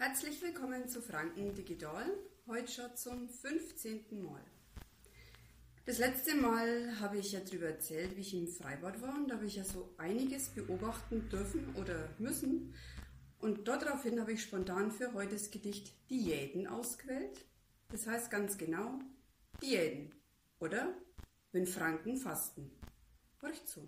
Herzlich willkommen zu Franken Digital, heute schon zum 15. Mal. Das letzte Mal habe ich ja darüber erzählt, wie ich im Freibad war, und da habe ich ja so einiges beobachten dürfen oder müssen. Und daraufhin habe ich spontan für heute das Gedicht Diäten ausgewählt. Das heißt ganz genau Diäten oder wenn Franken fasten. Horcht zu.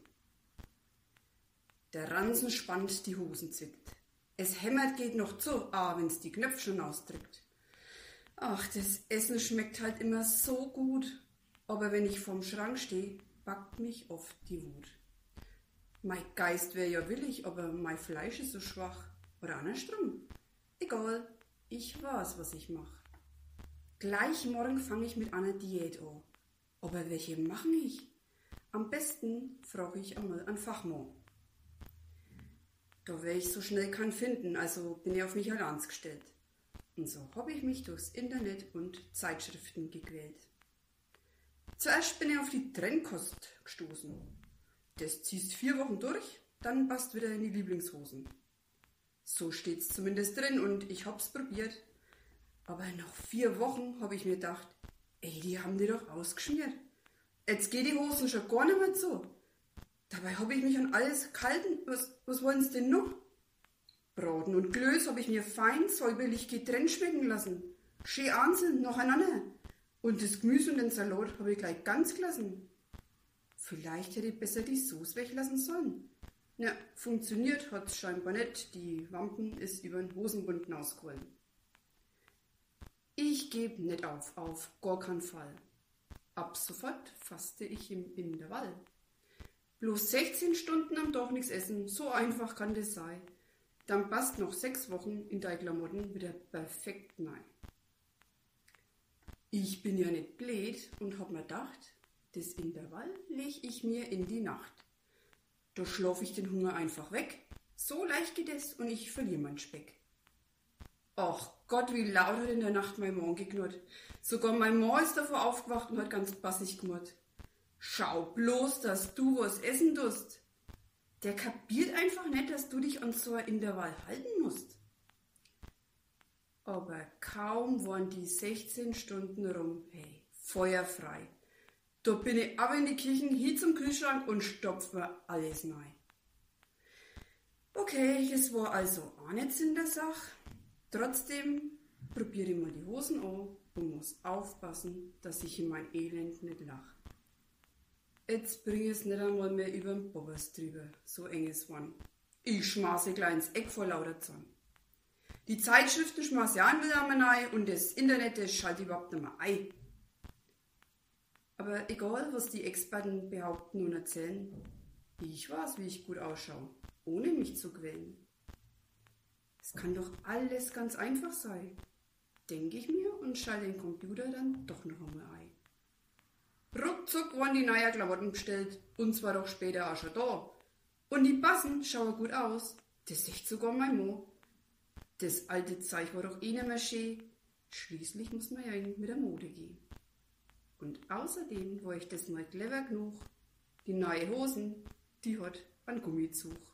Der Ransen spannt, die Hosen zwickt. Es hämmert, geht noch zu, wenn's die Knöpfe schon ausdrückt. Ach, das Essen schmeckt halt immer so gut, aber wenn ich vorm Schrank stehe, packt mich oft die Wut. Mein Geist wär ja willig, aber mein Fleisch ist so schwach. Oder andersrum. Egal, ich weiß, was ich mach. Gleich morgen fange ich mit einer Diät an. Aber welche mache ich? Am besten frage ich einmal einen Fachmann. Da wär ich so schnell keinen finden, also bin ich auf mich allein gestellt. Und so habe ich mich durchs Internet und Zeitschriften gequält. Zuerst bin ich auf die Trennkost gestoßen. Das ziehst 4 Wochen durch, dann passt wieder in die Lieblingshosen. So steht's zumindest drin und ich hab's probiert. Aber nach 4 Wochen habe ich mir gedacht, die haben die doch ausgeschmiert. Jetzt geht die Hosen schon gar nicht mehr zu. Dabei habe ich mich an alles gehalten. Was wollen sie denn noch? Braten und Klöß habe ich mir fein säuberlich getrennt schmecken lassen. Schön einzeln nacheinander. Und das Gemüse und den Salat habe ich gleich ganz gelassen. Vielleicht hätte ich besser die Sauce weglassen sollen. Ja, funktioniert hat's scheinbar nicht. Die Wampen ist über den Hosenbund hinausgeholt. Ich gebe nicht auf gar keinen Fall. Ab sofort faste ich im Intervall. Bloß 16 Stunden am Tag nichts essen, so einfach kann das sein. Dann passt noch 6 Wochen in deine Klamotten wieder perfekt rein. Ich bin ja nicht blöd und hab mir gedacht, das Intervall leg ich mir in die Nacht. Da schlaf ich den Hunger einfach weg. So leicht geht es und ich verliere meinen Speck. Ach Gott, wie laut hat in der Nacht mein Mann geknurrt. Sogar mein Mann ist davor aufgewacht und hat ganz bassig gemurrt. Schau bloß, dass du was essen tust. Der kapiert einfach nicht, dass du dich an so ein Intervall halten musst. Aber kaum waren die 16 Stunden rum, hey, feuerfrei. Da bin ich ab in die Küche, hin zum Kühlschrank und stopf mir alles rein. Okay, das war also auch nicht Sinn der Sache. Trotzdem probiere ich mal die Hosen an und muss aufpassen, dass ich in mein Elend nicht lache. Jetzt bring ich es nicht einmal mehr über den Bobbers drüber, so enges Wann. Ich schmaße gleich ins Eck vor lauter Zorn. Die Zeitschriften schmaße ich auch wieder einmal rein und das Internet, das schalte ich überhaupt nicht mehr ein. Aber egal, was die Experten behaupten und erzählen, ich weiß, wie ich gut ausschaue, ohne mich zu quälen. Es kann doch alles ganz einfach sein, denke ich mir und schalte den Computer dann doch noch einmal ein. Ruckzuck waren die neuen Klamotten bestellt und zwar doch später auch schon da. Und die passen, schauen gut aus, das sieht sogar mein Mo. Das alte Zeug war doch nicht mehr schön, schließlich muss man ja mit der Mode gehen. Und außerdem war ich das mal clever genug, die neue Hosen, die hat einen Gummizug.